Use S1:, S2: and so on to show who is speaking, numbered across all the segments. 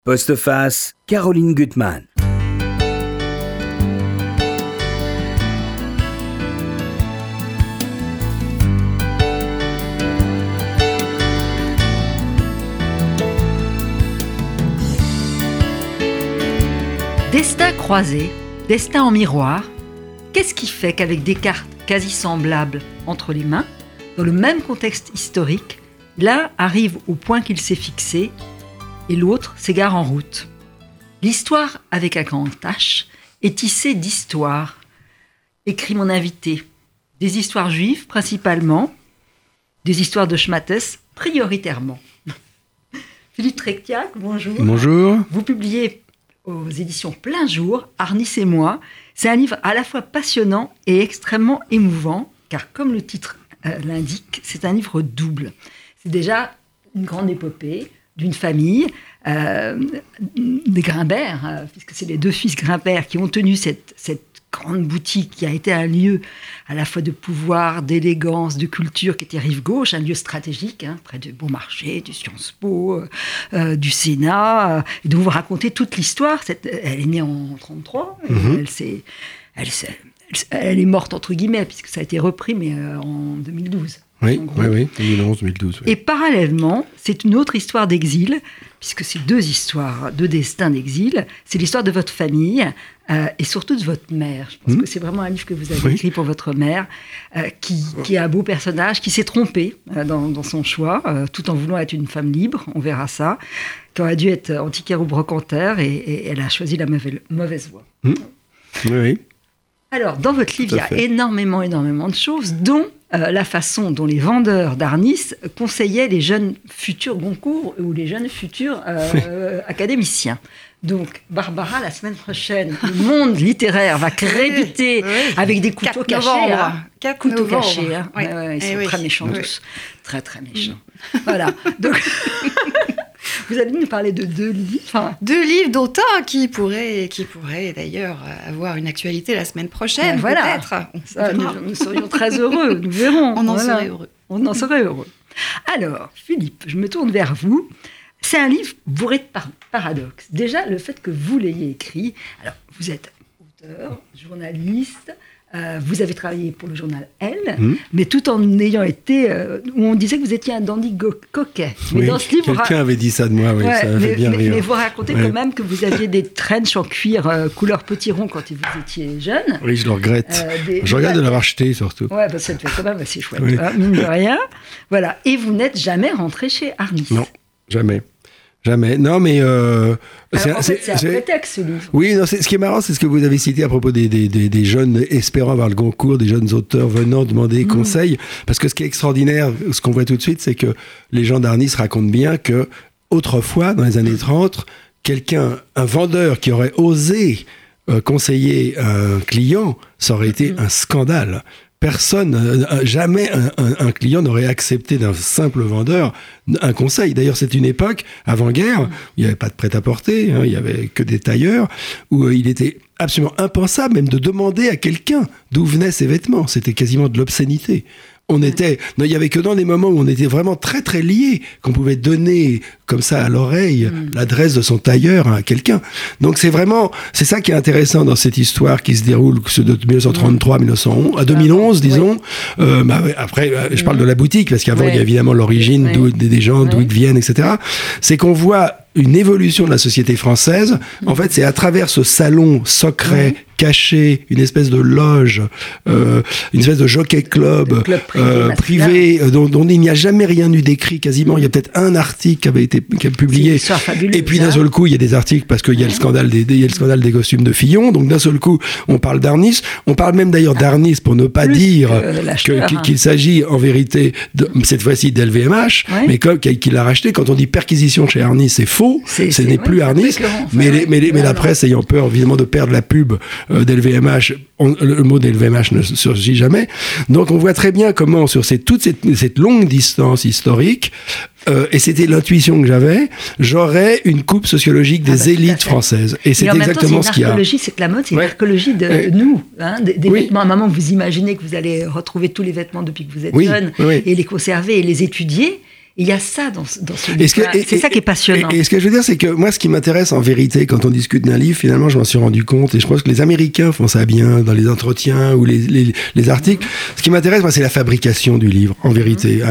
S1: Postface, Caroline Gutmann.
S2: Destin croisé, destin en miroir, qu'est-ce qui fait qu'avec des cartes quasi semblables entre les mains, dans le même contexte historique, l'un arrive au point qu'il s'est fixé et l'autre s'égare en route? L'histoire avec un grand H est tissée d'histoires, écrit mon invité. Des histoires juives principalement, des histoires de Schmattès prioritairement. Philippe Tretiak, bonjour.
S3: Bonjour.
S2: Vous publiez aux éditions Plein Jour, Arnis et moi. C'est un livre à la fois passionnant et extrêmement émouvant, car comme le titre l'indique, c'est un livre double. C'est déjà une grande épopée d'une famille, des Grimbert, puisque c'est les deux fils Grimbert qui ont tenu cette grande boutique qui a été un lieu à la fois de pouvoir, d'élégance, de culture, qui était rive gauche, un lieu stratégique, près de Beaumarchais, du Sciences Po, du Sénat, et dont vous racontez toute l'histoire. Elle est née en 1933, elle est morte entre guillemets, puisque ça a été repris, mais en 2012.
S3: Oui, 2011-2012. Oui.
S2: Et parallèlement, c'est une autre histoire d'exil, puisque c'est deux histoires de destin d'exil. C'est l'histoire de votre famille et surtout de votre mère. Je pense que c'est vraiment un livre que vous avez écrit pour votre mère, qui est un beau personnage, qui s'est trompée dans son choix, tout en voulant être une femme libre, on verra ça, qui aurait dû être antiquaire ou brocanteur, et elle a choisi la mauvaise voie.
S3: Oui.
S2: Alors, dans votre livre, il y a énormément de choses, dont la façon dont les vendeurs d'Arnis conseillaient les jeunes futurs Goncourt ou les jeunes futurs académiciens. Donc, Barbara, la semaine prochaine, le monde littéraire va crépiter avec des couteaux cachés.
S4: 4
S2: couteaux
S4: novembre.
S2: cachés. Ils sont très méchants tous. Très, très méchants. Voilà. Donc, vous allez nous parler de 2 livres.
S4: 2 livres, dont un qui pourrait d'ailleurs avoir une actualité la semaine prochaine, peut-être.
S2: Ça, nous serions très heureux, nous verrons.
S4: On en serait heureux.
S2: On en serait heureux. Alors, Philippe, je me tourne vers vous. C'est un livre bourré de paradoxes. Déjà, le fait que vous l'ayez écrit. Alors, vous êtes auteur, journaliste, vous avez travaillé pour le journal Elle, mais tout en ayant été... où on disait que vous étiez un dandy coquet. Mais dans ce livre,
S3: quelqu'un avait dit ça de moi, ça avait bien rire.
S2: Mais vous racontez quand même que vous aviez des trenchs en cuir couleur potiron quand vous étiez jeune.
S3: Oui, je le regrette. Je regrette de l'avoir acheté, surtout.
S2: Ouais, ça devait quand même assez chouette, mine de rien. Voilà. Et vous n'êtes jamais rentré chez Arnis.
S3: Non, jamais. Non, mais...
S2: c'est un prétexte, ce livre.
S3: Oui, non, ce qui est marrant, c'est ce que vous avez cité à propos des jeunes espérant avoir le Goncourt, des jeunes auteurs venant demander conseil. Parce que ce qui est extraordinaire, ce qu'on voit tout de suite, c'est que les gens d'Arnis racontent bien que, autrefois, dans les années 30, un vendeur qui aurait osé conseiller un client, ça aurait été un scandale. Jamais un client n'aurait accepté d'un simple vendeur un conseil. D'ailleurs, c'est une époque, avant-guerre, où il n'y avait pas de prêt-à-porter, il n'y avait que des tailleurs, où il était absolument impensable même de demander à quelqu'un d'où venaient ses vêtements. C'était quasiment de l'obscénité. Il n'y avait que dans des moments où on était vraiment très très liés qu'on pouvait donner comme ça à l'oreille l'adresse de son tailleur à quelqu'un. Donc c'est ça qui est intéressant dans cette histoire qui se déroule de 1933 à 2011 disons. Après je parle de la boutique parce qu'avant il y a évidemment l'origine des gens, d'où ils viennent, etc. C'est qu'on voit une évolution de la société française. En fait, c'est à travers ce salon secret, caché, une espèce de loge, une espèce de jockey club privé dont il n'y a jamais rien eu d'écrit quasiment. Il y a peut-être un article qui avait été publié. Et puis d'un seul coup, il y a des articles parce qu'il y a le scandale des costumes de Fillon. Donc d'un seul coup, on parle d'Arnis. On parle même d'ailleurs d'Arnis pour ne pas dire qu'il s'agit en vérité cette fois-ci d'LVMH, mais qu'il a racheté. Quand on dit perquisition chez Arnis, c'est faux. Ce n'est plus Arnis, mais la presse ayant peur évidemment de perdre la pub d'LVMH, le mot d'LVMH ne surgit jamais. Donc on voit très bien comment sur toute cette longue distance historique, et c'était l'intuition que j'aurais une coupe sociologique des élites françaises. Et c'est exactement ce qu'il y a.
S2: L'archéologie, c'est que la mode, c'est l'archéologie de nous, des vêtements. À un moment, vous imaginez que vous allez retrouver tous les vêtements depuis que vous êtes jeune, et les conserver et les étudier. Et il y a ça dans ce livre. C'est ça qui est passionnant.
S3: Et ce que je veux dire, c'est que moi, ce qui m'intéresse en vérité, quand on discute d'un livre, finalement, je m'en suis rendu compte, et je pense que les Américains font ça bien dans les entretiens ou les articles. Ce qui m'intéresse, moi, c'est la fabrication du livre, en vérité.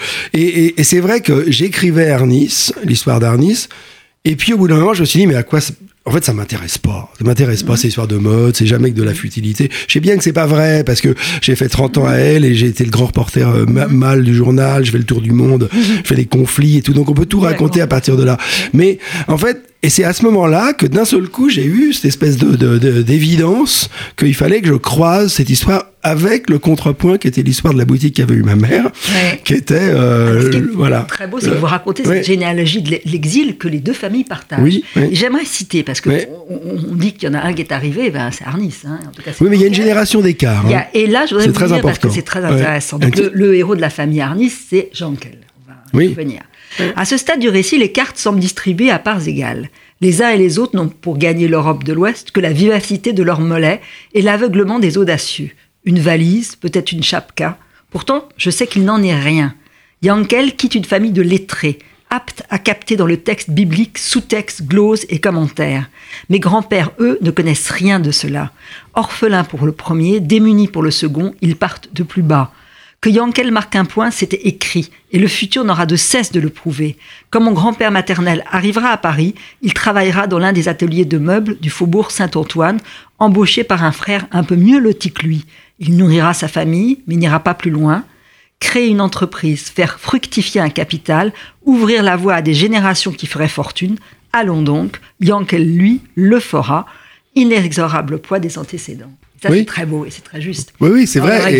S3: Et c'est vrai que j'écrivais Arnis, l'histoire d'Arnis, et puis au bout d'un moment, je me suis dit, mais à quoi... En fait, ça m'intéresse pas. Ça m'intéresse pas, ces histoires de mode, c'est jamais que de la futilité. Je sais bien que c'est pas vrai, parce que j'ai fait 30 ans à Elle et j'ai été le grand reporter mâle du journal, je fais le tour du monde, je fais des conflits et tout. Donc on peut tout raconter à partir de là. Mais en fait, et c'est à ce moment-là que d'un seul coup, j'ai eu cette espèce d'évidence qu'il fallait que je croise cette histoire avec le contrepoint qui était l'histoire de la boutique qu'avait eu ma mère, qui était...
S2: ce qui est très beau, c'est que vous racontez cette généalogie de l'exil que les deux familles partagent. Oui. Et j'aimerais citer, parce qu'on on dit qu'il y en a un qui est arrivé, c'est Arnis. En tout cas,
S3: oui, mais il y a une génération d'écart.
S2: Et là, je voudrais vous dire, parce que c'est très intéressant. Donc, le héros de la famille Arnis, c'est Jankel. On va y revenir. À ce stade du récit, les cartes semblent distribuées à parts égales. Les uns et les autres n'ont pour gagner l'Europe de l'Ouest que la vivacité de leurs mollets et l'aveuglement des audacieux. Une valise, peut-être une chapka. Pourtant, je sais qu'il n'en est rien. Jankel quitte une famille de lettrés, aptes à capter dans le texte biblique sous-texte, glose et commentaires. Mes grands-pères, eux, ne connaissent rien de cela. Orphelins pour le premier, démunis pour le second, ils partent de plus bas. Que Jankel marque un point, c'était écrit, et le futur n'aura de cesse de le prouver. Quand mon grand-père maternel arrivera à Paris, il travaillera dans l'un des ateliers de meubles du faubourg Saint-Antoine, embauché par un frère un peu mieux loti que lui. Il nourrira sa famille, mais n'ira pas plus loin. Créer une entreprise, faire fructifier un capital, ouvrir la voie à des générations qui feraient fortune. Allons donc, Jankel, lui, le fera. Inexorable poids des antécédents. Ça, c'est très beau et c'est très juste.
S3: Oui, c'est vrai.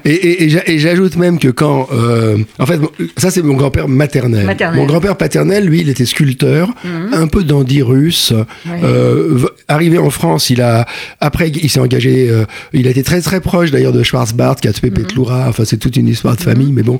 S3: Et j'ajoute même que quand... en fait, ça, c'est mon grand-père maternel. Mon grand-père paternel, lui, il était sculpteur, un peu dandy russe. Arrivé en France, après, il s'est engagé... il a été très, très proche, d'ailleurs, de Schwarzbart, qui a tué Petloura. Enfin, c'est toute une histoire de famille, mais bon.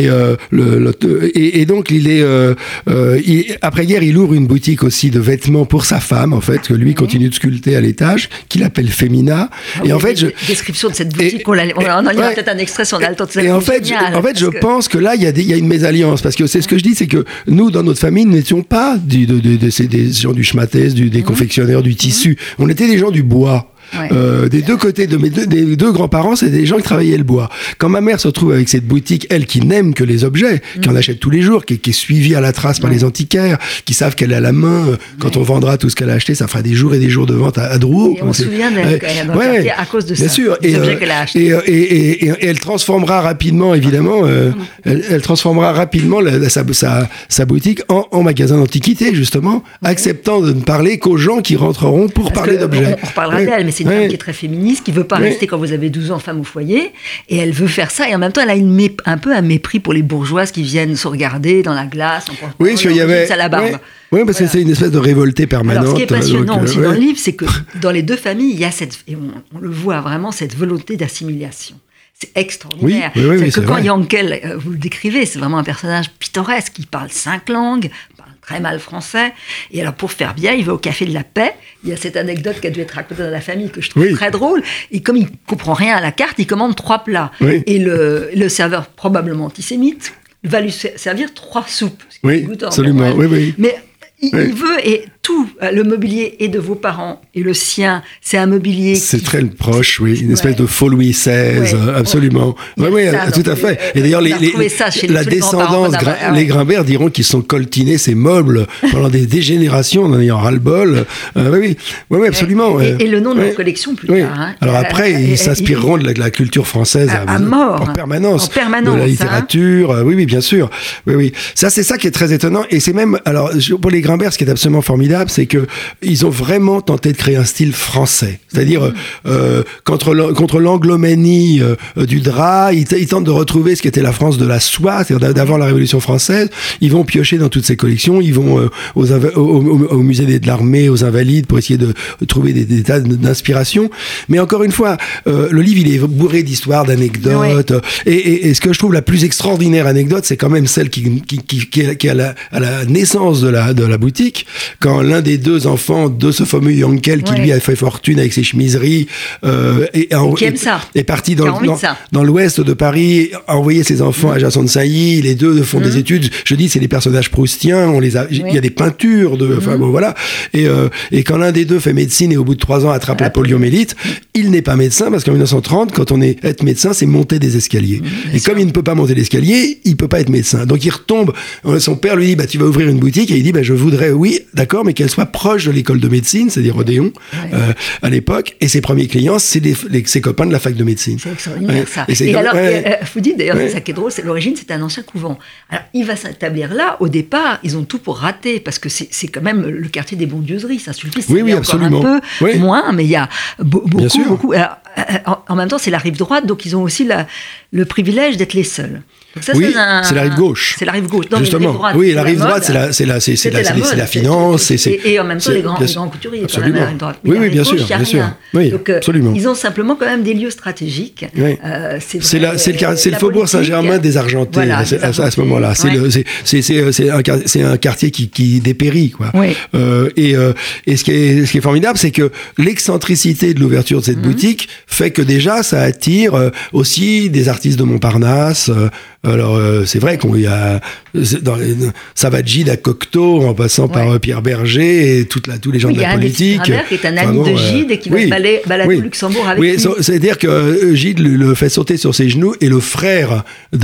S3: Et donc, après-guerre, il ouvre une boutique aussi de vêtements pour sa femme, en fait, que lui continue de sculpter à l'étage, qu'il appelle Femina. Et en fait,
S2: description de cette boutique, on en lira peut-être un extrait si on a le temps de ça.
S3: Et en fait, je pense que là, il y a une mésalliance, parce que c'est ce que je dis, c'est que nous, dans notre famille, nous n'étions pas des gens du schmattès, des confectionneurs, du tissu. On était des gens du bois. Des deux côtés des deux grands-parents, c'est des gens qui travaillaient le bois. Quand ma mère se retrouve avec cette boutique, elle qui n'aime que les objets, qui en achète tous les jours, qui est suivie à la trace par les antiquaires, qui savent qu'elle a la main, quand on vendra tout ce qu'elle a acheté, ça fera des jours et des jours de vente à Drouot.
S2: Et on se souvient d'elle à cause de ça.
S3: Bien sûr.
S2: Les objets qu'elle a achetés.
S3: Et elle transformera rapidement, évidemment, elle transformera rapidement sa boutique en magasin d'antiquité, justement, acceptant de ne parler qu'aux gens qui rentreront pour parler d'objets.
S2: On reparlera d'elle, mais c'est une femme qui est très féministe, qui ne veut pas rester quand vous avez 12 ans femme au foyer, et elle veut faire ça, et en même temps elle a un peu un mépris pour les bourgeoises qui viennent se regarder dans la glace,
S3: oui, parce qu'il y avait... à la barbe. Oui, parce que c'est une espèce de révoltée permanente.
S2: Alors, ce qui est passionnant aussi dans le livre, c'est que dans les deux familles, il y a et on le voit vraiment, cette volonté d'assimilation. C'est extraordinaire.
S3: Oui,
S2: c'est quand Jankel, vous le décrivez, c'est vraiment un personnage pittoresque, qui parle 5 langues, parle très mal français. Et alors, pour faire bien, il va au Café de la Paix. Il y a cette anecdote qui a dû être racontée dans la famille que je trouve très drôle. Et comme il ne comprend rien à la carte, il commande 3 plats. Et le serveur, probablement antisémite, va lui servir 3 soupes.
S3: Oui, absolument. Oui.
S2: Mais il veut, et tout le mobilier est de vos parents et le sien, c'est un mobilier
S3: c'est très proche, une espèce de faux Louis XVI, absolument. Oui, tout à fait. Et d'ailleurs, la descendance, les Grimbert diront qu'ils sont coltinés ces meubles pendant des générations en ayant ras-le-bol. Oui, absolument.
S2: Et le nom de leur collection, plus tard.
S3: Alors après, ils s'inspireront de la culture française
S2: à mort.
S3: En permanence. De la littérature, oui, bien sûr. Oui. Ça, c'est ça qui est très étonnant. Et c'est même, alors, pour les Grimbert, ce qui est absolument formidable, c'est que ils ont vraiment tenté de créer un style français. C'est-à-dire, contre l'anglomanie du drap, ils tentent de retrouver ce qu'était la France de la soie, c'est-à-dire d'avant la Révolution française. Ils vont piocher dans toutes ces collections, ils vont au musée de l'armée, aux Invalides, pour essayer de trouver des tas d'inspiration. Mais encore une fois, le livre, il est bourré d'histoires, d'anecdotes. Et ce que je trouve la plus extraordinaire anecdote, c'est quand même celle qui est à la naissance de la boutique, quand quand l'un des deux enfants de ce fameux Yankel, qui lui a fait fortune avec ses chemiseries, est parti dans l'ouest de Paris, a envoyé ses enfants à Jasson de Sailly, les deux font des études, je dis c'est des personnages proustiens, il y a des peintures, voilà, et quand l'un des deux fait médecine et au bout de 3 ans attrape la poliomyélite, il n'est pas médecin, parce qu'en 1930, quand on est être médecin, c'est monter des escaliers. Et comme il ne peut pas monter l'escalier, il peut pas être médecin. Donc il retombe, son père lui dit, tu vas ouvrir une boutique, et il dit, je voudrais, oui, d'accord, mais qu'elle soit proche de l'école de médecine, c'est-à-dire Odéon, à l'époque, et ses premiers clients, c'est ses copains de la fac de médecine.
S2: C'est extraordinaire, ça. Et alors, vous dites d'ailleurs, c'est ça qui est drôle, c'est l'origine, c'est un ancien couvent. Alors, il va s'établir là, au départ, ils ont tout pour rater, parce que c'est quand même le quartier des Bondieuseries, Saint-Sulpice,
S3: oui, absolument.
S2: Un peu moins, mais il y a beaucoup. Alors, en même temps, c'est la rive droite, donc ils ont aussi le privilège d'être les seuls. Donc ça,
S3: c'est la rive gauche.
S2: C'est la rive gauche. Non,
S3: justement.
S2: Droite,
S3: la rive droite, c'est la finance.
S2: Et en même temps, les grands couturiers.
S3: Absolument.
S2: Quand même, la rive droite.
S3: Oui, bien sûr. Oui,
S2: donc,
S3: absolument.
S2: ils ont simplement quand même des lieux stratégiques.
S3: C'est le faubourg Saint-Germain des Argentins, à ce moment-là. C'est un quartier qui dépérit, quoi. Et ce qui est formidable, c'est que l'excentricité de l'ouverture de cette boutique fait que déjà, ça attire aussi des artistes de Montparnasse. Alors c'est vrai qu'il y a Savaggi da Cocteau en passant par Pierre Berger et tous les gens de la politique.
S2: Il y a un qui est un ami de Gide et qui va balader au Luxembourg avec lui.
S3: C'est-à-dire que Gide le fait sauter sur ses genoux et le frère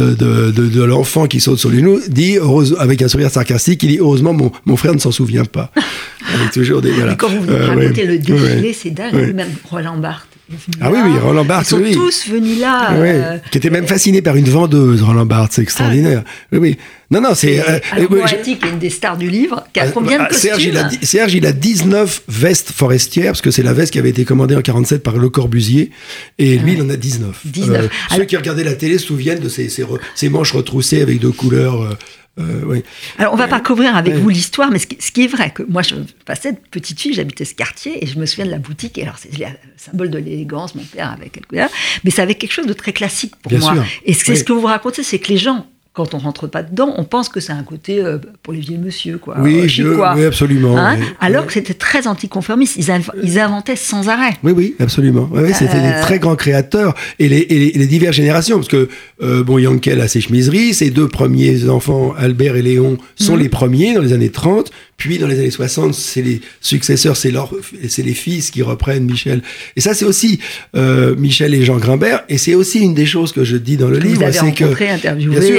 S3: de l'enfant qui saute sur les genoux dit, avec un sourire sarcastique, il dit, heureusement mon frère ne s'en souvient pas. Avec toujours des, voilà.
S2: Et quand vous racontez le défilé, c'est dingue, même Roland Barthes.
S3: Roland Barthes,
S2: ils sont tous venus là.
S3: Qui était même fasciné par une vendeuse, Roland Barthes, c'est extraordinaire. Non, c'est...
S2: Moretti, qui est une des stars du livre, qui a combien de costumes
S3: Serge, il a 19 vestes forestières, parce que c'est la veste qui avait été commandée en 1947 par Le Corbusier, et lui, il en a 19. Ceux qui regardaient la télé se souviennent de ces manches retroussées avec 2 couleurs...
S2: Alors, on va parcourir avec vous l'histoire, mais ce qui est vrai, que moi, je passais de petite fille, j'habitais ce quartier, et je me souviens de la boutique, et alors c'est le symbole de l'élégance, mon père avait quelque chose, mais ça avait quelque chose de très classique pour moi. Sûr. Et ce que vous racontez, c'est que les gens, quand on rentre pas dedans, on pense que c'est un côté pour les vieux monsieur, quoi.
S3: Oui, absolument.
S2: Alors que c'était très anticonformiste. Ils inventaient sans arrêt.
S3: Oui, absolument. C'était des très grands créateurs et les diverses générations, parce que Yankel a ses chemiseries, ses 2 premiers enfants, Albert et Léon, sont les premiers dans les années 30. Puis dans les années 60, c'est les successeurs, c'est les fils qui reprennent Michel. Et ça, c'est aussi Michel et Jean Grimbert. Et c'est aussi une des choses que je dis dans le livre, c'est que
S2: interviewé,
S3: bien sûr,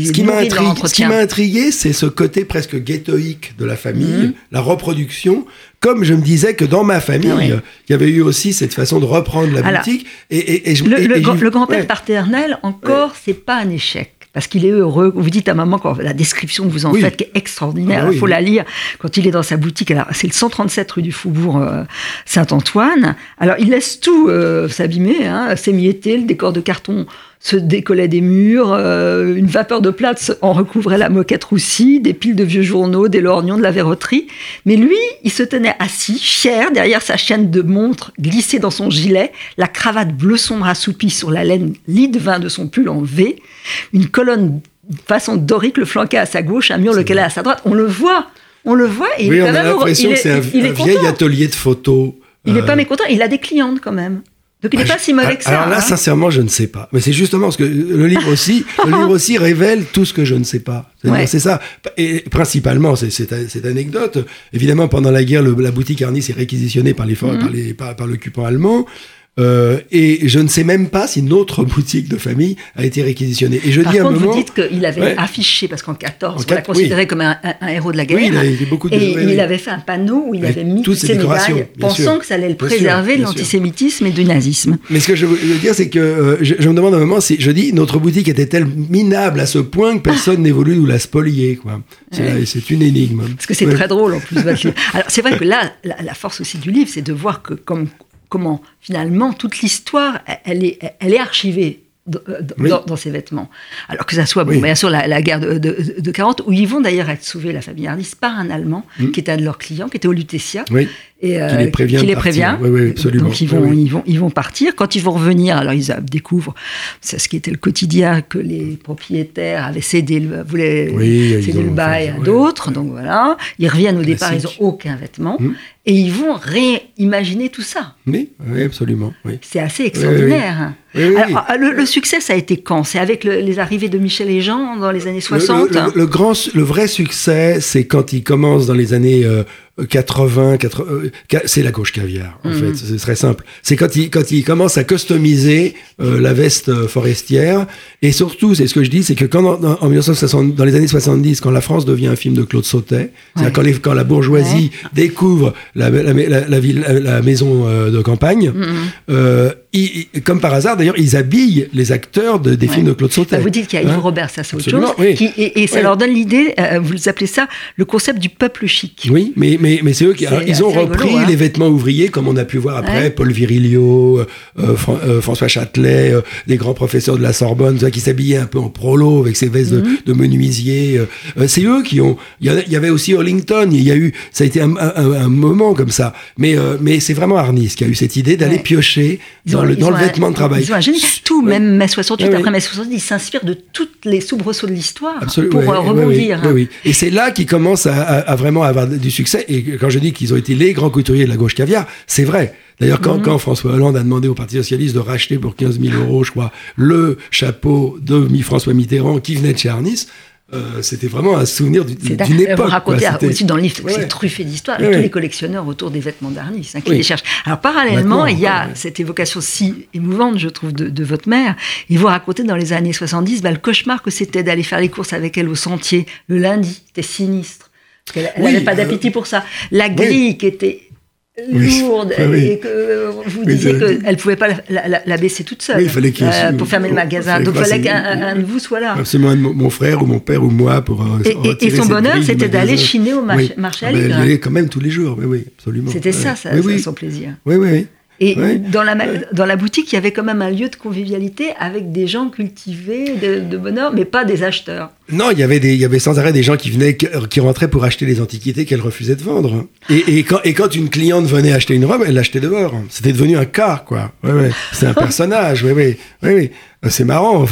S3: ce qui m'a intrigué, c'est ce côté presque ghettoïque de la famille, la reproduction. Comme je me disais que dans ma famille, il y avait eu aussi cette façon de reprendre la boutique.
S2: Le grand-père paternel, encore, c'est pas un échec. Parce qu'il est heureux. Vous dites à maman, quand la description que vous en faites, qui est extraordinaire, il faut la lire, quand il est dans sa boutique. Alors, c'est le 137 rue du Faubourg Saint-Antoine. Alors, il laisse tout s'abîmer, s'émietter, le décor de carton se décollait des murs, une vapeur de plâtre en recouvrait la moquette roussie, des piles de vieux journaux, des lorgnons, de la verroterie. Mais lui, il se tenait assis, fier, derrière sa chaîne de montre glissée dans son gilet, la cravate bleu sombre assoupie sur la laine lit de vin de son pull en V, une colonne façon dorique le flanquait à sa gauche, un mur le calait à sa droite. On le voit, et
S3: il est quand même heureux. On a l'impression que c'est un vieil atelier de photos.
S2: Il n'est pas mécontent, il a des clientes quand même. Donc il n'est pas si mauvais que ça.
S3: Alors là, sincèrement, je ne sais pas. Mais c'est justement parce que le livre aussi révèle tout ce que je ne sais pas. C'est ça. Et principalement, cette anecdote. Évidemment, pendant la guerre, la boutique Arnis est réquisitionnée par l'occupant allemand. Et je ne sais même pas si notre boutique de famille a été réquisitionnée. Et
S2: Par contre, vous dites qu'il avait affiché, parce qu'en 14, on l'a considéré comme un héros de la guerre. Il avait fait un panneau où il avait mis toutes ses médailles, pensant que ça allait le préserver de l'antisémitisme et du nazisme.
S3: Mais ce que je veux dire, c'est que je me demande à un moment, je dis, notre boutique était-elle minable à ce point que personne n'ait voulu nous la spolier, quoi. C'est une énigme.
S2: Parce que c'est très drôle, en plus. Alors, c'est vrai que là, la force aussi du livre, c'est de voir que comment finalement toute l'histoire elle est archivée dans ces vêtements. Alors que ça soit bien sûr la guerre de 40, où ils vont d'ailleurs être sauvés, la famille Arnis, par un Allemand qui était un de leurs clients, qui était au Lutetia, et
S3: qui les prévient. Oui, absolument.
S2: Donc ils vont partir. Quand ils vont revenir, alors ils découvrent ce qui était le quotidien, que les propriétaires avaient voulaient céder le bail à d'autres. Donc voilà, ils reviennent au départ, ils n'ont aucun vêtement. Et ils vont réimaginer tout ça.
S3: Oui, absolument. Oui.
S2: C'est assez extraordinaire.
S3: Oui.
S2: Alors, le succès, ça a été quand ? C'est avec les arrivées de Michel et Jean dans les années 60 ?
S3: Le vrai succès, c'est quand il commence dans les années 80, c'est la gauche caviar, en fait. C'est très simple. C'est quand il commence à customiser la veste forestière. Et surtout, c'est ce que je dis, c'est que quand en 1960, dans les années 70, quand la France devient un film de Claude Sautet, c'est-à-dire quand la bourgeoisie découvre la maison de campagne, comme par hasard, d'ailleurs, ils habillent les acteurs des films de Claude Sautet.
S2: Vous dites qu'il y a Yves Robert, ça c'est autre chose.
S3: Oui.
S2: Et ça leur donne l'idée, vous appelez ça le concept du peuple chic.
S3: Oui, mais c'est eux qui ils ont repris rigolo, les vêtements ouvriers, comme on a pu voir après, Paul Virilio, François Châtelet, des grands professeurs de la Sorbonne, qui s'habillaient un peu en prolo avec ces vestes de menuisier. C'est eux qui ont... Il y avait aussi Orlington, ça a été un moment comme ça. Mais c'est vraiment Arnis qui a eu cette idée d'aller piocher dans le vêtement de travail.
S2: Ils ont un génie. Tout, même mai 68, après mai 70, ils s'inspirent de tous les soubresauts de l'histoire pour rebondir.
S3: Oui. Et c'est là qu'ils commencent à vraiment avoir du succès. Et quand je dis qu'ils ont été les grands couturiers de la gauche caviar, c'est vrai. D'ailleurs, quand François Hollande a demandé au Parti Socialiste de racheter pour 15 000 €, je crois, le chapeau de François Mitterrand qui venait de chez Arnis, c'était vraiment un souvenir d'une époque.
S2: Vous racontez aussi dans le livre, c'est truffé d'histoire, tous les collectionneurs autour des vêtements d'Arnis qui les cherchent. Alors parallèlement, il y a cette évocation si émouvante, je trouve, de votre mère, et vous racontez dans les années 70 le cauchemar que c'était d'aller faire les courses avec elle au sentier le lundi. C'était sinistre. Elle n'avait pas d'appétit pour ça. La grille qui était lourde et que vous disiez qu'elle ne pouvait pas la baisser toute seule pour fermer le magasin. Donc il fallait qu'un de vous soit là.
S3: Absolument, mon frère ou mon père ou moi pour
S2: et son bonheur, c'était d'aller chiner au marché à Ligre.
S3: Elle allait quand même tous les jours, oui, absolument.
S2: C'était ça, son plaisir.
S3: Oui.
S2: Et dans la boutique, il y avait quand même un lieu de convivialité avec des gens cultivés de bonheur, mais pas des acheteurs.
S3: Non, il y avait sans arrêt des gens qui rentraient pour acheter les antiquités qu'elle refusait de vendre. Et quand une cliente venait acheter une robe, elle l'achetait dehors. C'était devenu un cas, quoi. Ouais. C'est un personnage, oui. C'est marrant,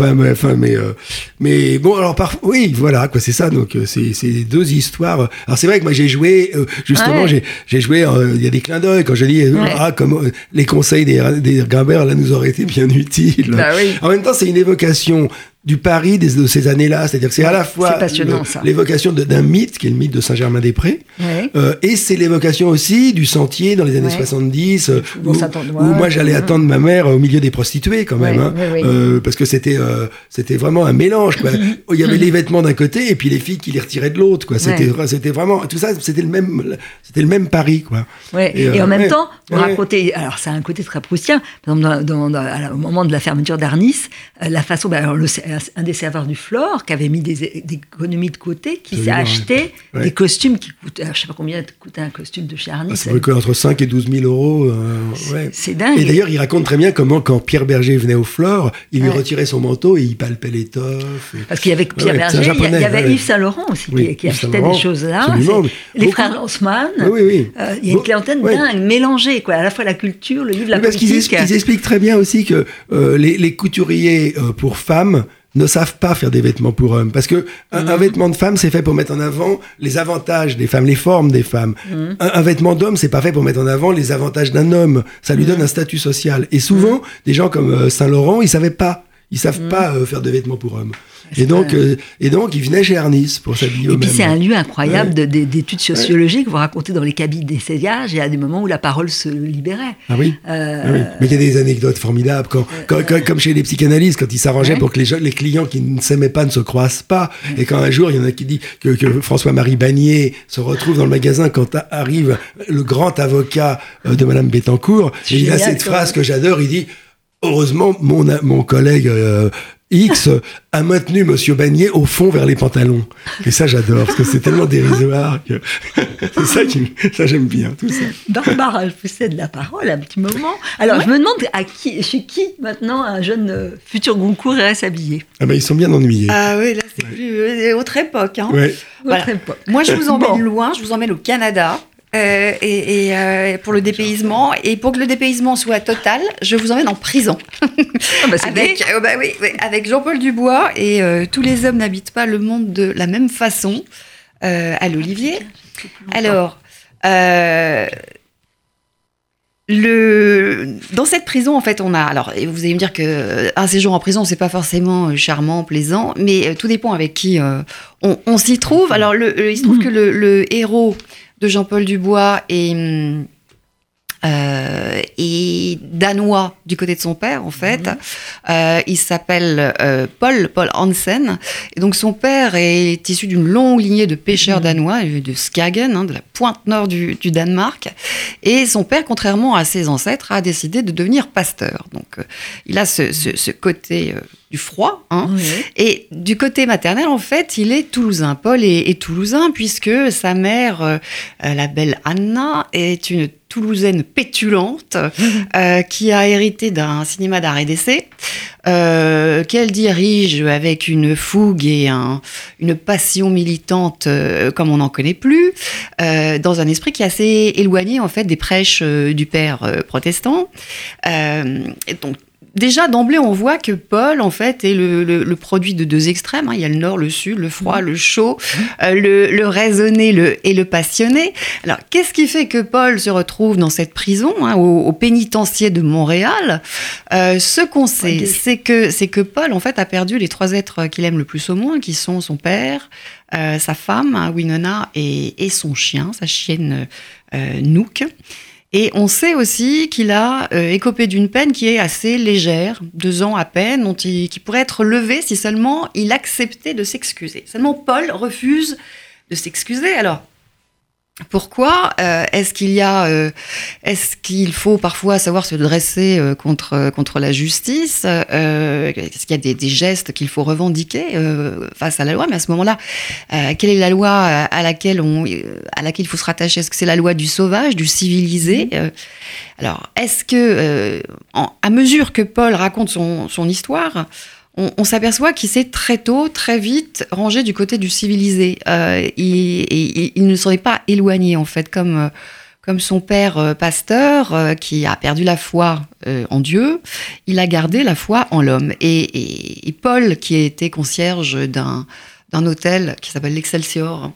S3: mais bon, alors oui, voilà, quoi, c'est ça. Donc c'est deux histoires. Alors c'est vrai que moi j'ai joué, justement, j'ai joué. Il y a des clins d'œil quand je dis comme les conseils des Grimbert là nous auraient été bien utiles.
S2: Bah oui.
S3: En même temps, c'est une évocation du Paris de ces années-là, c'est-à-dire que c'est à la fois l'évocation d'un mythe, qui est le mythe de Saint-Germain-des-Prés, et c'est l'évocation aussi du sentier dans les années 70, où moi j'allais attendre ma mère au milieu des prostituées quand même, parce que c'était vraiment un mélange, quoi. Il y avait les vêtements d'un côté et puis les filles qui les retiraient de l'autre, quoi. C'était vraiment tout ça, c'était le même Paris, quoi.
S2: Et en même temps, vous racontez, alors ça a un côté très proustien, par exemple au moment de la fermeture d'Arnis, la façon, un des serveurs du Flore qui avait mis des économies de côté, qui s'est acheté des costumes qui coûtaient, je ne sais pas combien coûtait un costume de chez Arnis.
S3: Ça coûtait entre 5 et 12 000 €.
S2: C'est dingue.
S3: Et d'ailleurs, il raconte très bien comment, quand Pierre Berger venait au Flore, il lui retirait son manteau et il palpait l'étoffe.
S2: Parce qu'il y avait Pierre Berger, il y avait Yves Saint-Laurent aussi qui achetait des choses là. Les frères Lanzmann. Il y a une clientèle dingue, mélangée, quoi. À la fois la culture, le livre, la politique.
S3: Parce qu'ils expliquent très bien aussi que les couturiers pour femmes ne savent pas faire des vêtements pour hommes. Parce que un vêtement de femme, c'est fait pour mettre en avant les avantages des femmes, les formes des femmes. Un vêtement d'homme, c'est pas fait pour mettre en avant les avantages d'un homme. Ça lui donne un statut social. Et souvent, des gens comme Saint-Laurent, ils savent pas faire de vêtements pour hommes. Et donc, ils venaient chez Arnis pour s'habiller eux-mêmes.
S2: Et puis, c'est un lieu incroyable d'études sociologiques. Vous racontez dans les cabines d'essayage, il y a des moments où la parole se libérait.
S3: Ah oui, Mais il y a des anecdotes formidables. Comme chez les psychanalystes, quand ils s'arrangeaient pour que les clients qui ne s'aimaient pas ne se croisent pas. Et quand un jour, il y en a qui dit que François-Marie Bagné se retrouve dans le magasin quand arrive le grand avocat de Madame Bettencourt. Et il a cette phrase que j'adore, il dit « Heureusement, mon collègue... X a maintenu Monsieur Bagné au fond vers les pantalons. » Et ça, j'adore, parce que c'est tellement dérisoire que c'est ça j'aime bien, tout ça.
S2: Barbara, je vous cède la parole un petit moment. Alors, je me demande chez qui, maintenant, un jeune futur Goncourt irait s'habiller.
S3: Ah ben, ils sont bien ennuyés.
S4: Ah oui, là, c'est plus autre époque. Hein.
S3: Ouais.
S4: Voilà. Moi, je vous emmène loin, je vous emmène au Canada. Pour le dépaysement. Et pour que le dépaysement soit total, je vous emmène en prison. Avec Jean-Paul Dubois. Et tous les hommes n'habitent pas le monde de la même façon, à l'Olivier. Alors, dans cette prison, en fait, on a... Alors, vous allez me dire qu'un séjour en prison, c'est pas forcément charmant, plaisant, mais tout dépend avec qui on s'y trouve. Alors, il se trouve que le héros de Jean-Paul Dubois est danois du côté de son père, en fait. Il s'appelle Paul Hansen. Et donc, son père est issu d'une longue lignée de pêcheurs danois, de Skagen, de la pointe nord du Danemark. Et son père, contrairement à ses ancêtres, a décidé de devenir pasteur. Donc, il a ce côté du froid. Et du côté maternel, en fait, il est toulousain. Paul est toulousain, puisque sa mère, la belle Anna, est une toulousaine pétulante qui a hérité d'un cinéma d'art et d'essai qu'elle dirige avec une fougue et une passion militante comme on n'en connaît plus, dans un esprit qui est assez éloigné en fait des prêches du père protestant. Et donc, déjà, d'emblée, on voit que Paul, en fait, est le produit de deux extrêmes. Il y a le nord, le sud, le froid, le chaud, le raisonné et le passionné. Alors, qu'est-ce qui fait que Paul se retrouve dans cette prison, au pénitencier de Montréal ? Ce qu'on sait, c'est que Paul, en fait, a perdu les trois êtres qu'il aime le plus au monde, qui sont son père, sa femme, Winona, et son chien, sa chienne Nook. Et on sait aussi qu'il a écopé d'une peine qui est assez légère, 2 ans à peine, qui pourrait être levée si seulement il acceptait de s'excuser. Seulement Paul refuse de s'excuser. Alors, pourquoi est-ce qu'il faut parfois savoir se dresser contre la justice? Est-ce qu'il y a des gestes qu'il faut revendiquer face à la loi? Mais à ce moment-là, quelle est la loi à laquelle il faut se rattacher? Est-ce que c'est la loi du sauvage, du civilisé? Alors, est-ce que, à mesure que Paul raconte son histoire, on s'aperçoit qu'il s'est très tôt, très vite rangé du côté du civilisé. Il ne s'en est pas éloigné, en fait, comme son père pasteur, qui a perdu la foi en Dieu, il a gardé la foi en l'homme. Et Paul, qui était concierge d'un hôtel qui s'appelle l'Excelsior,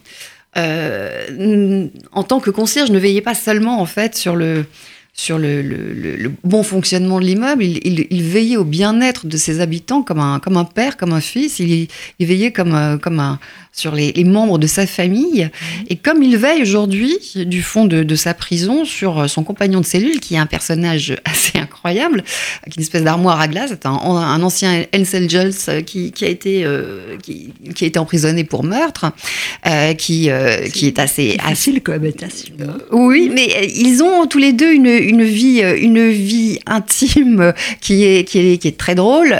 S4: en tant que concierge, ne veillait pas seulement, en fait, sur le bon fonctionnement de l'immeuble, il veillait au bien-être de ses habitants comme un père, comme un fils. Il veillait sur les membres de sa famille. Et comme il veille aujourd'hui, du fond de sa prison, sur son compagnon de cellule, qui est un personnage assez incroyable, qui est une espèce d'armoire à glace, c'est un ancien Hells Angels qui a été emprisonné pour meurtre, qui est assez
S2: difficile cohabitation.
S4: Oui, mais ils ont tous les deux une vie intime qui est très drôle.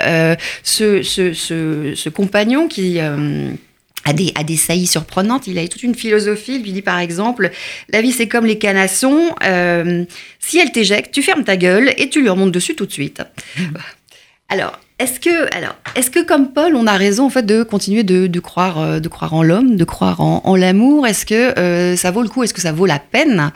S4: Ce compagnon qui a des saillies surprenantes. Il a toute une philosophie. Il lui dit par exemple, la vie c'est comme les canassons. Si elle t'éjecte, tu fermes ta gueule et tu lui remontes dessus tout de suite. Alors, est-ce que comme Paul, on a raison en fait de continuer de croire en l'homme, de croire en l'amour? Est-ce que ça vaut le coup? Est-ce que ça vaut la peine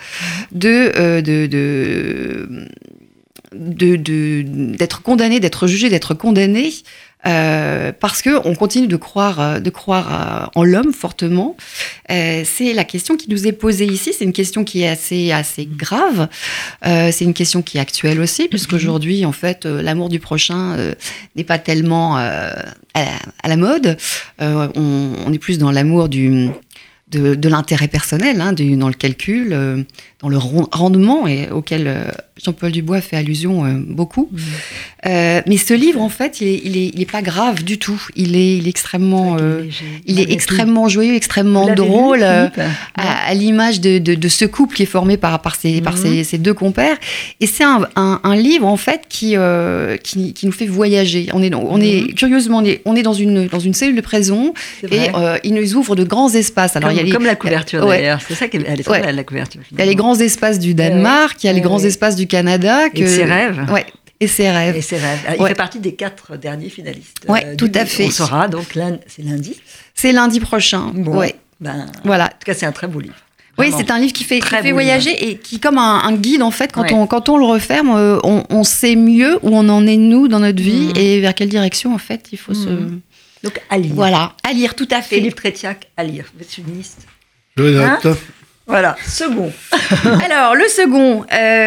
S4: d'être condamné, d'être jugé, d'être condamné parce que on continue de croire en l'homme fortement? C'est la question qui nous est posée ici. C'est une question qui est assez grave. C'est une question qui est actuelle aussi, puisqu'aujourd'hui, en fait, l'amour du prochain n'est pas tellement à la mode. On est plus dans l'amour de l'intérêt personnel, dans le calcul, dans le rendement auquel Jean-Paul Dubois fait allusion beaucoup. Mais ce livre, en fait, il est pas grave du tout. Il est extrêmement, extrêmement joyeux, extrêmement drôle, à l'image de ce couple qui est formé par ses deux compères. Et c'est un livre, en fait, qui nous fait voyager. Curieusement, on est dans une cellule de prison et il nous ouvre de grands espaces. Alors,
S2: comme la couverture d'ailleurs, c'est ça qu'elle est très belle, la couverture.
S4: Il y a les grands espaces du Danemark, il y a les grands espaces du Canada.
S2: Et ses rêves.
S4: Ouais. Et ses rêves.
S2: Il fait partie des 4 derniers finalistes.
S4: Oui, tout à fait.
S2: On saura, donc c'est lundi.
S4: C'est lundi prochain.
S2: Bon,
S4: ouais.
S2: Voilà. En
S4: Voilà.
S2: tout cas, c'est un très beau livre.
S4: Oui, c'est un livre qui fait voyager
S2: livre.
S4: et qui, comme un guide, en fait,
S2: Ouais.
S4: quand on le referme, on sait mieux où on en est, nous, dans notre vie, et vers quelle direction, en fait, il faut se...
S2: Donc, à lire.
S4: Voilà, à lire, tout à fait.
S2: Philippe Trétiac, à lire. Vous êtes une liste.
S3: Je note.
S2: Voilà, second.
S4: Alors, le second...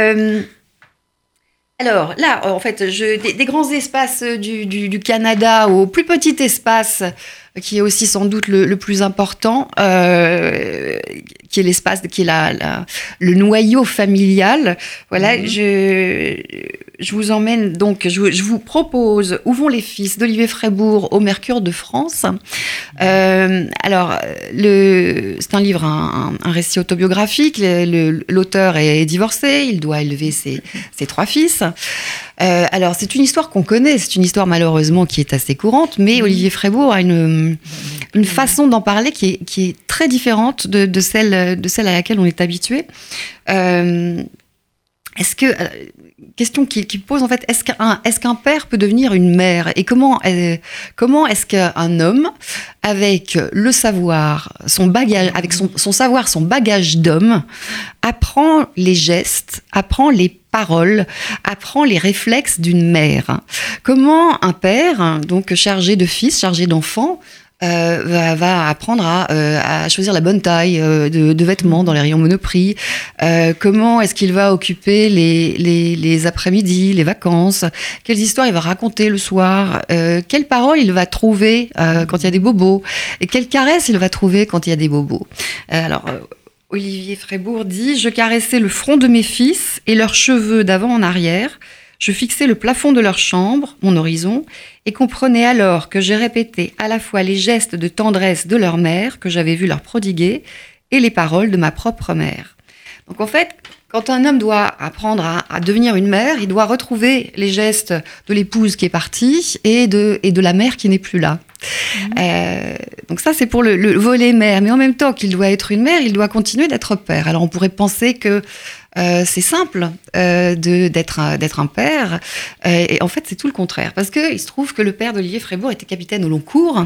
S4: Alors là, en fait, des grands espaces du Canada au plus petit espace, qui est aussi sans doute le plus important, qui est l'espace, qui est le noyau familial. Voilà, je vous emmène donc, je vous propose Où vont les fils d'Olivier Frébourg au Mercure de France. Alors, c'est un livre, un récit autobiographique. L'auteur est divorcé, il doit élever ses 3 fils. Alors, c'est une histoire qu'on connaît, c'est une histoire malheureusement qui est assez courante, mais Olivier Frébourg a une façon d'en parler qui est très différente de celle à laquelle on est habitué. Question qu'il pose en fait, est-ce qu'un père peut devenir une mère? Et comment est-ce qu'un homme, avec le savoir, son bagage, avec son savoir, son bagage d'homme, apprend les gestes, apprend les paroles, apprend les réflexes d'une mère? Comment un père, donc chargé de fils, chargé d'enfants, va apprendre à choisir la bonne taille de vêtements dans les rayons Monoprix. Comment est-ce qu'il va occuper les après-midi, les vacances? Quelles histoires il va raconter le soir? Quelles paroles il va trouver quand il y a des bobos? Et quelles caresses il va trouver quand il y a des bobos? Olivier Frébourg dit « Je caressais le front de mes fils et leurs cheveux d'avant en arrière. Je fixais le plafond de leur chambre, mon horizon, et comprenais alors que j'ai répété à la fois les gestes de tendresse de leur mère que j'avais vu leur prodiguer et les paroles de ma propre mère. » Donc en fait, quand un homme doit apprendre à devenir une mère, il doit retrouver les gestes de l'épouse qui est partie et de la mère qui n'est plus là. Donc ça, c'est pour le volet mère. Mais en même temps qu'il doit être une mère, il doit continuer d'être père. Alors on pourrait penser que c'est simple d'être un père. Et en fait, c'est tout le contraire. Parce qu'il se trouve que le père d'Olivier Frébourg était capitaine au long cours.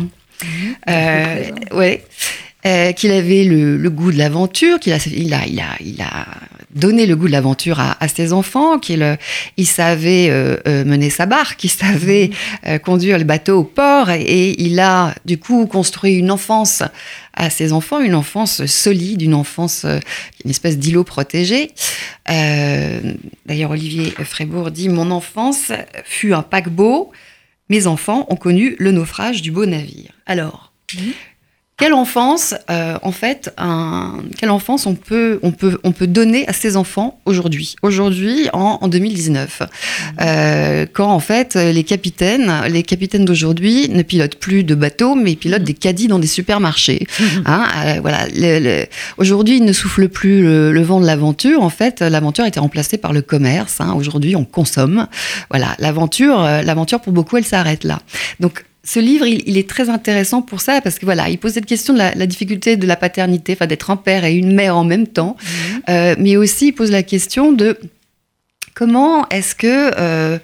S4: Qu'il avait le goût de l'aventure, il a donné le goût de l'aventure à ses enfants, qu'il savait mener sa barque, qu'il savait conduire le bateau au port, et il a du coup construit une enfance à ses enfants, une enfance solide, une enfance, une espèce d'îlot protégé. D'ailleurs, Olivier Frébourg dit « Mon enfance fut un paquebot, mes enfants ont connu le naufrage du beau navire. » Alors, quelle enfance, quelle enfance on peut donner à ses enfants aujourd'hui en 2019, quand en fait les capitaines d'aujourd'hui ne pilotent plus de bateaux, mais pilotent des caddies dans des supermarchés. Voilà, aujourd'hui, ils ne soufflent plus le vent de l'aventure. En fait, l'aventure a été remplacée par le commerce. Aujourd'hui, on consomme. Voilà, l'aventure pour beaucoup, elle s'arrête là. Donc ce livre, il est très intéressant pour ça, parce que voilà, il pose cette question de la difficulté de la paternité, enfin d'être un père et une mère en même temps, mais aussi il pose la question de comment est-ce que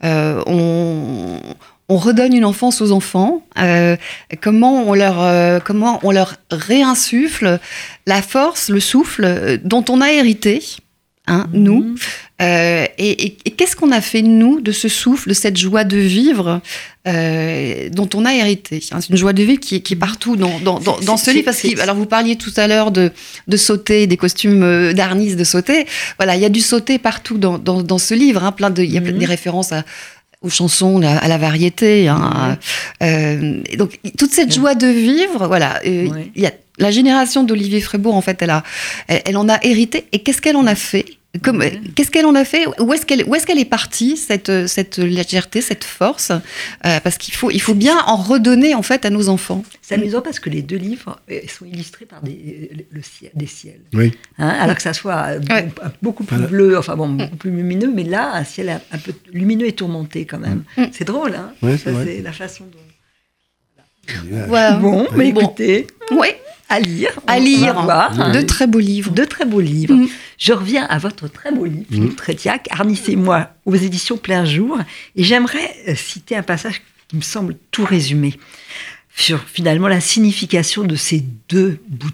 S4: on redonne une enfance aux enfants, comment on leur réinsuffle la force, le souffle dont on a hérité, nous. Et qu'est-ce qu'on a fait, nous, de ce souffle, de cette joie de vivre dont on a hérité. C'est une joie de vivre qui est partout dans ce livre. Alors, vous parliez tout à l'heure de sauter, des costumes d'Arnis de sauter. Voilà, il y a du sauter partout dans ce livre. Il y a des références aux chansons, à la variété. Donc, toute cette joie de vivre, voilà. Il y a la génération d'Olivier Frébourg, en fait, elle en a hérité. Et qu'est-ce qu'elle en a fait ? Qu'est-ce qu'elle en a fait ? Où est-ce qu'elle est partie, cette légèreté, cette force ? Parce qu'il faut bien en redonner, en fait, à nos enfants.
S2: C'est amusant parce que les deux livres sont illustrés par des ciels.
S3: Oui.
S2: Alors que ça soit beaucoup plus bleu, beaucoup plus lumineux, mais là, un ciel un peu lumineux et tourmenté quand même. C'est drôle, hein ?
S3: Ouais,
S2: c'est la façon dont...
S3: Voilà.
S2: Bon, mais écoutez...
S4: Oui.
S2: À lire.
S4: De très beaux livres.
S2: De très beaux livres. Je reviens à votre très beau livre, Philippe Trétiac, Arnis et moi, aux éditions Plein Jour. Et j'aimerais citer un passage qui me semble tout résumer sur finalement la signification de ces deux boutiques.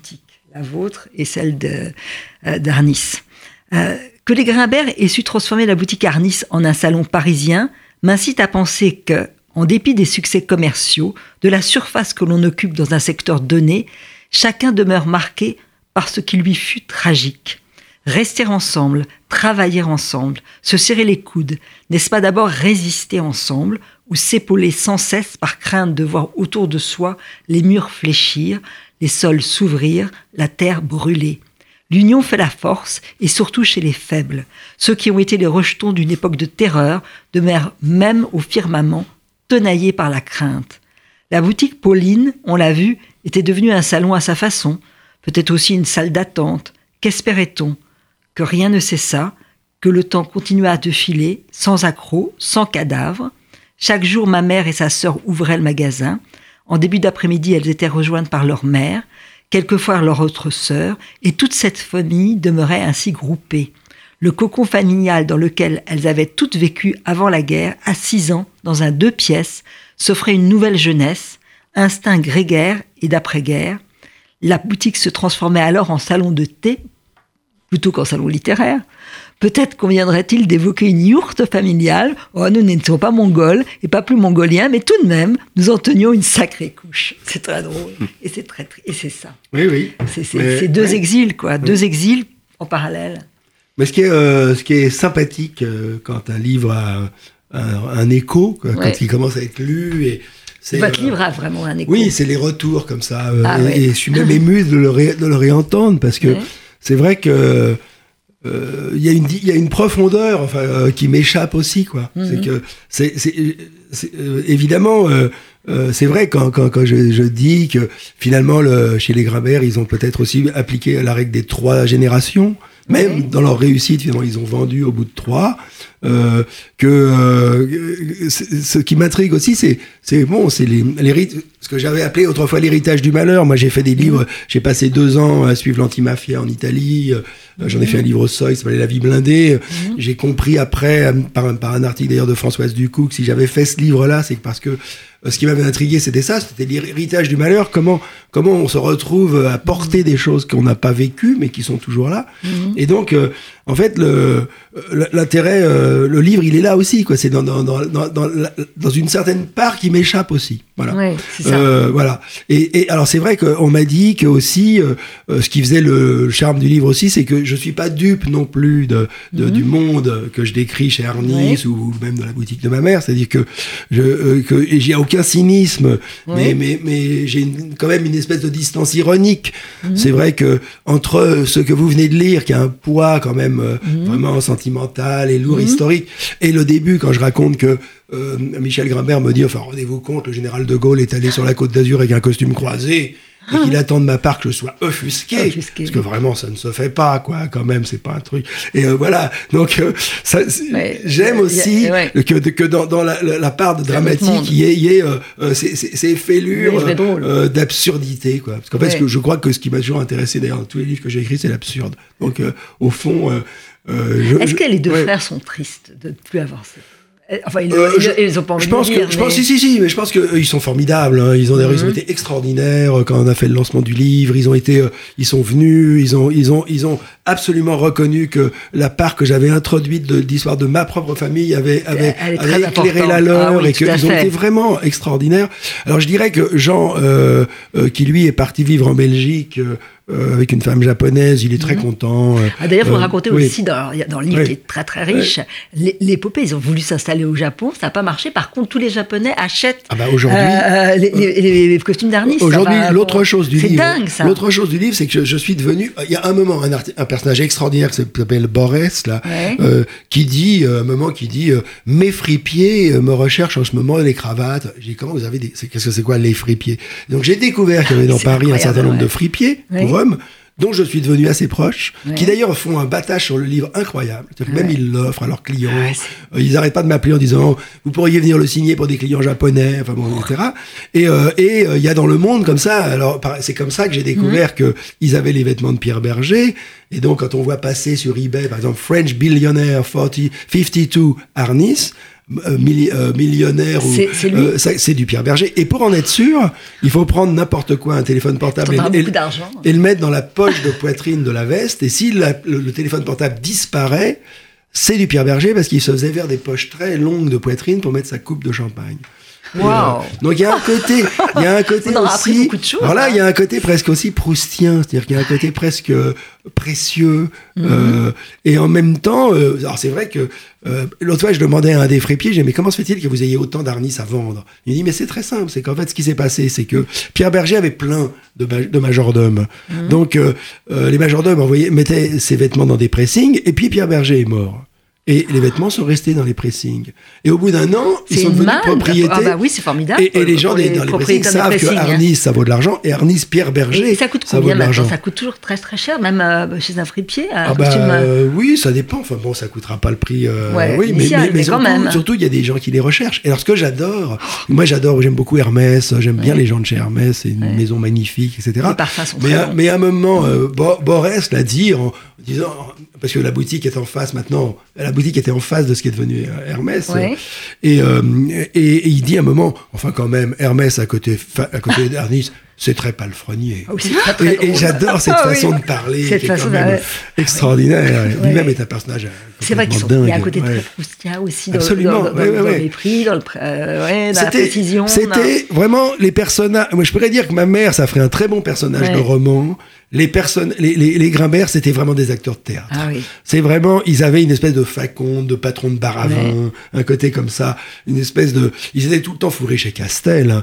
S2: la vôtre et celle d'Arnis. Que les Grimbert aient su transformer la boutique Arnis en un salon parisien m'incite à penser que, en dépit des succès commerciaux, de la surface que l'on occupe dans un secteur donné, chacun demeure marqué par ce qui lui fut tragique. Rester ensemble, travailler ensemble, se serrer les coudes, n'est-ce pas d'abord résister ensemble ou s'épauler sans cesse par crainte de voir autour de soi les murs fléchir, les sols s'ouvrir, la terre brûler. L'union fait la force, et surtout chez les faibles, ceux qui ont été les rejetons d'une époque de terreur, demeurent même au firmament, tenaillés par la crainte. La boutique Pauline, on l'a vu, était devenue un salon à sa façon, peut-être aussi une salle d'attente. Qu'espérait-on ? Que rien ne cessa, que le temps continua à défiler, sans accroc, sans cadavre. Chaque jour, ma mère et sa sœur ouvraient le magasin. En début d'après-midi, elles étaient rejointes par leur mère, quelquefois leur autre sœur, et toute cette famille demeurait ainsi groupée. Le cocon familial dans lequel elles avaient toutes vécu avant la guerre, à 6 ans, dans un 2 pièces, s'offrait une nouvelle jeunesse, instinct grégaire et d'après-guerre. La boutique se transformait alors en salon de thé, plutôt qu'en salon littéraire. Peut-être conviendrait-il d'évoquer une yourte familiale. Oh, nous ne sommes pas mongols et pas plus mongoliens, mais tout de même, nous en tenions une sacrée couche. C'est très drôle. Et c'est et c'est ça.
S3: Oui.
S2: C'est deux exils, quoi. Deux exils en parallèle.
S3: Mais ce qui est sympathique quand un livre a un écho, quand il commence à être lu, et
S2: votre livre a vraiment un écho.
S3: Oui, c'est les retours comme ça. Et je suis même ému de le réentendre, parce que c'est vrai que il y a une profondeur, qui m'échappe aussi, quoi. C'est que c'est évidemment c'est vrai quand je dis que finalement chez les Grimbert, ils ont peut-être aussi appliqué la règle des 3 générations. Même dans leur réussite, finalement, ils ont vendu au bout de 3. Ce qui m'intrigue aussi, c'est ce que j'avais appelé autrefois l'héritage du malheur. Moi, j'ai fait des livres, j'ai passé 2 ans à suivre l'antimafia en Italie. J'en ai fait un livre au Seuil, ça s'appelait La vie blindée. J'ai compris après, par un article d'ailleurs de Françoise Ducou, que si j'avais fait ce livre-là, c'est parce que ce qui m'avait intrigué, c'était l'héritage du malheur. Comment on se retrouve à porter des choses qu'on n'a pas vécues, mais qui sont toujours là. Et donc, en fait, l'intérêt, le livre, il est là aussi, quoi. C'est dans une certaine part qui m'échappe aussi. Voilà.
S2: Ouais, c'est ça.
S3: Voilà. Et alors, c'est vrai qu'on m'a dit que aussi, ce qui faisait le charme du livre aussi, c'est que je suis pas dupe non plus du monde que je décris chez Arnis ou même dans la boutique de ma mère. C'est-à-dire que j'ai aucun cynisme, mais j'ai quand même une espèce de distance ironique. C'est vrai que entre ce que vous venez de lire, qui a un poids quand même vraiment sentimental et lourd, historique, et le début, quand je raconte que Michel Grimbert me dit, rendez-vous compte, le général de Gaulle est allé sur la Côte d'Azur avec un costume croisé, et qu'il attend de ma part que je sois offusqué. Parce que vraiment, ça ne se fait pas, quoi, quand même, c'est pas un truc. Et voilà. Donc, j'aime aussi que dans la part de dramatique, il y ait ces fêlures d'absurdité, quoi. Parce qu'en fait, je crois que ce qui m'a toujours intéressé, d'ailleurs, dans tous les livres que j'ai écrits, c'est l'absurde. Donc, au fond,
S2: est-ce que les 2 frères sont tristes de ne plus avancer? Enfin, ils ont pas envie de dire,
S3: mais je pense qu'ils sont formidables, hein. Ils ont été extraordinaires quand on a fait le lancement du livre. Ils sont venus, ils ont absolument reconnu que la part que j'avais introduite de l'histoire de ma propre famille avait éclairé la leur, et qu'ils ont été vraiment extraordinaires. Alors je dirais que Jean, qui lui est parti vivre en Belgique, avec une femme japonaise, il est très content.
S2: D'ailleurs, vous racontez aussi dans le livre qui est très très riche, l'épopée, ils ont voulu s'installer au Japon, ça n'a pas marché. Par contre, tous les Japonais achètent les costumes d'Arnis.
S3: Aujourd'hui, l'autre chose du livre,
S2: c'est dingue, ça.
S3: L'autre chose du livre, c'est que je suis devenu. Il y a un moment, un personnage extraordinaire qui s'appelle Boris, là, qui dit, mes fripiers me recherchent en ce moment les cravates. J'ai dit, comment vous avez qu'est-ce que c'est quoi les fripiers? Donc j'ai découvert qu'il y avait dans Paris un certain nombre de fripiers pour hommes, dont je suis devenu assez proche, qui d'ailleurs font un battage sur le livre incroyable. Même ils l'offrent à leurs clients. Ils n'arrêtent pas de m'appeler en disant, vous pourriez venir le signer pour des clients japonais, etc. Et il y a dans le monde comme ça. Alors c'est comme ça que j'ai découvert qu'ils avaient les vêtements de Pierre Berger. Et donc quand on voit passer sur eBay, par exemple, French Billionaire 52 Arnis, millionnaire.
S2: C'est lui.
S3: C'est du Pierre Berger. Et pour en être sûr, il faut prendre n'importe quoi, un téléphone portable, et le mettre dans la poche de poitrine de la veste. Et si le téléphone portable disparaît, c'est du Pierre Berger parce qu'il se faisait vers des poches très longues de poitrine pour mettre sa coupe de champagne.
S2: Wow.
S3: Donc il y a un côté aussi. Alors là, il y a un côté presque aussi proustien, c'est-à-dire qu'il y a un côté presque précieux. Et en même temps, alors c'est vrai que l'autre fois, je demandais à un des fripiers, j'ai dit, mais comment se fait-il que vous ayez autant d'harnis à vendre? Il me dit, mais c'est très simple, c'est qu'en fait, ce qui s'est passé, c'est que Pierre Berger avait plein de majordomes. Donc les majordomes mettaient ses vêtements dans des pressings, et puis Pierre Berger est mort. Et les vêtements sont restés dans les pressings. Et au bout d'un an, ils sont devenus propriétaires.
S2: Ah bah oui, c'est formidable.
S3: Et les gens dans les pressings savent que Arnis, ça vaut de l'argent, et Arnis Pierre Berger,
S2: et ça coûte combien maintenant? Ça coûte toujours très très cher, même chez un fripier.
S3: Oui, ça dépend. Enfin bon, ça coûtera pas le prix. Oui,
S2: mais
S3: surtout, il y a des gens qui les recherchent. Et alors, ce que j'adore, j'aime beaucoup Hermès. J'aime bien les gens de chez Hermès. C'est une maison magnifique, etc.
S2: Les parfums sont
S3: mais à un moment, Borès l'a dit en disant, parce que la boutique est en face maintenant. La boutique était en face de ce qui est devenu Hermès. Ouais. Et il dit à un moment, enfin quand même, Hermès à côté d'Arnis, c'est très palefrenier.
S2: Oh, c'est très
S3: et j'adore cette façon de parler, qui est quand même extraordinaire. Lui-même est un personnage.
S2: C'est vrai qu'il y a un côté très proustien aussi dans les prix, dans la précision.
S3: C'était vraiment les personnages. Moi, je pourrais dire que ma mère, ça ferait un très bon personnage de roman. Les Grimbert, c'était vraiment des acteurs de théâtre.
S2: Ah oui.
S3: C'est vraiment, ils avaient une espèce de faconde, de patron de bar à vin, un côté comme ça, une espèce de, ils étaient tout le temps fourrés chez Castel.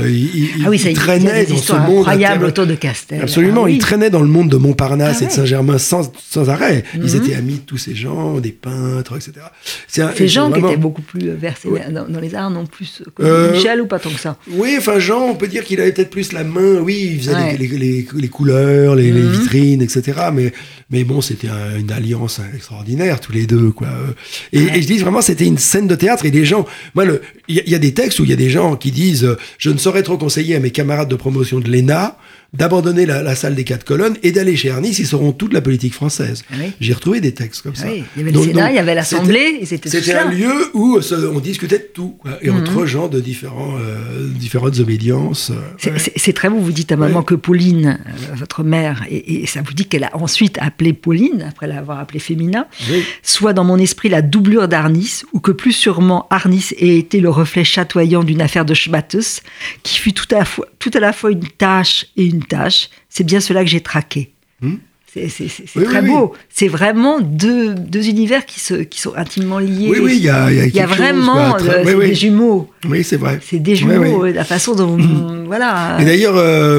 S3: Ils traînaient dans ce monde
S2: incroyable autour de Castel.
S3: Absolument, ils traînaient dans le monde de Montparnasse et de Saint-Germain sans arrêt. Ils étaient amis de tous ces gens, des peintres, etc.
S2: Ces gens qui étaient beaucoup plus versés dans les arts, non plus comme Michel ou pas tant que ça.
S3: Oui, enfin Jean, on peut dire qu'il avait peut-être plus la main. Oui, il faisait les couleurs, les vitrines, etc. Mais bon, c'était une alliance extraordinaire, tous les deux, quoi. Et je dis vraiment, c'était une scène de théâtre. Et les gens, moi, il y a des textes où il y a des gens qui disent, je ne saurais trop conseiller à mes camarades de promotion de l'ENA d'abandonner la salle des 4 colonnes et d'aller chez Arnis, ils sauront toute la politique française.
S2: Oui.
S3: J'ai retrouvé des textes comme ça.
S2: Oui. Il y avait le Sénat, il y avait l'Assemblée, c'était
S3: un lieu où on discutait de tout, quoi, et entre gens de différentes obédiences.
S2: C'est très beau, vous dites à maman que Pauline, votre mère, et ça vous dit qu'elle a ensuite appelé Pauline, après l'avoir appelée Fémina, soit dans mon esprit la doublure d'Arnis, ou que plus sûrement Arnis ait été le reflet chatoyant d'une affaire de schmattes, qui fut tout à la fois une tâche et une tâche, c'est bien cela que j'ai traqué. C'est très beau. C'est vraiment deux univers qui sont intimement liés.
S3: Oui, il y a
S2: vraiment des jumeaux.
S3: Oui, c'est vrai.
S2: C'est des jumeaux, la façon dont... voilà.
S3: Et d'ailleurs,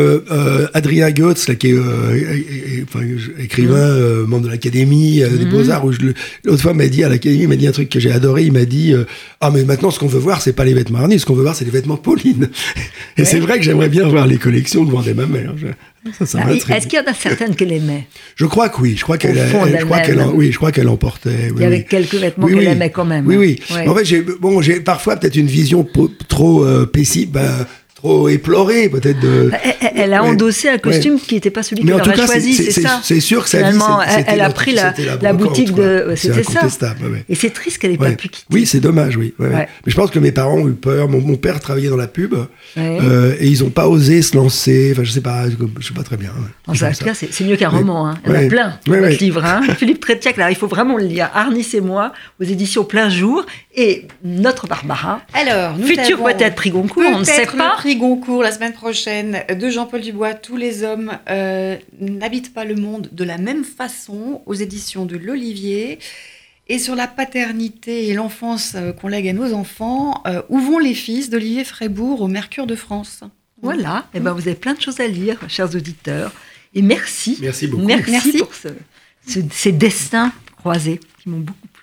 S3: Adrien Goetz, là, qui est écrivain, membre de l'Académie des Beaux-Arts, l'autre fois m'a dit à l'Académie, il m'a dit un truc que j'ai adoré, il m'a dit mais maintenant, ce qu'on veut voir, c'est pas les vêtements Arnis, ce qu'on veut voir, c'est les vêtements Pauline. Et c'est vrai que j'aimerais bien voir les collections que vendait ma mère.
S2: Est-ce qu'il y en a certaines qu'elle aimait?
S3: Je crois que oui. Je crois qu'elle emportait.
S2: Il y avait quelques vêtements qu'elle aimait quand même.
S3: Oui. En fait, j'ai parfois peut-être une vision trop paisible, trop éplorée peut-être de.
S2: Elle a endossé un costume qui n'était pas celui qu'elle aurait choisi, c'est ça.
S3: C'est sûr que
S2: finalement, elle a pris la boutique de. C'était ça. Et c'est triste qu'elle n'ait pas pu quitter.
S3: Oui, c'est dommage, oui. Mais je pense que mes parents ont eu peur. Mon père travaillait dans la pub et ils n'ont pas osé se lancer. Enfin, je sais pas très bien.
S2: En tout cas, c'est mieux qu'un roman. Il y en a plein dans votre livre. Philippe Tretiak, là, il faut vraiment le lire. Arnis et moi, aux éditions Plein Jour. Et notre Barbara.
S4: Alors,
S2: futur peut-être prix Goncourt, on ne sait pas.
S4: Prix Goncourt la semaine prochaine de Jean-Paul Dubois. Tous les hommes n'habitent pas le monde de la même façon, aux éditions de l'Olivier. Et sur la paternité et l'enfance qu'on lègue à nos enfants, où vont les fils d'Olivier Frébourg au Mercure de France.
S2: Voilà, et vous avez plein de choses à lire, chers auditeurs. Et merci.
S3: Merci beaucoup.
S2: Merci pour ces destins croisés qui m'ont beaucoup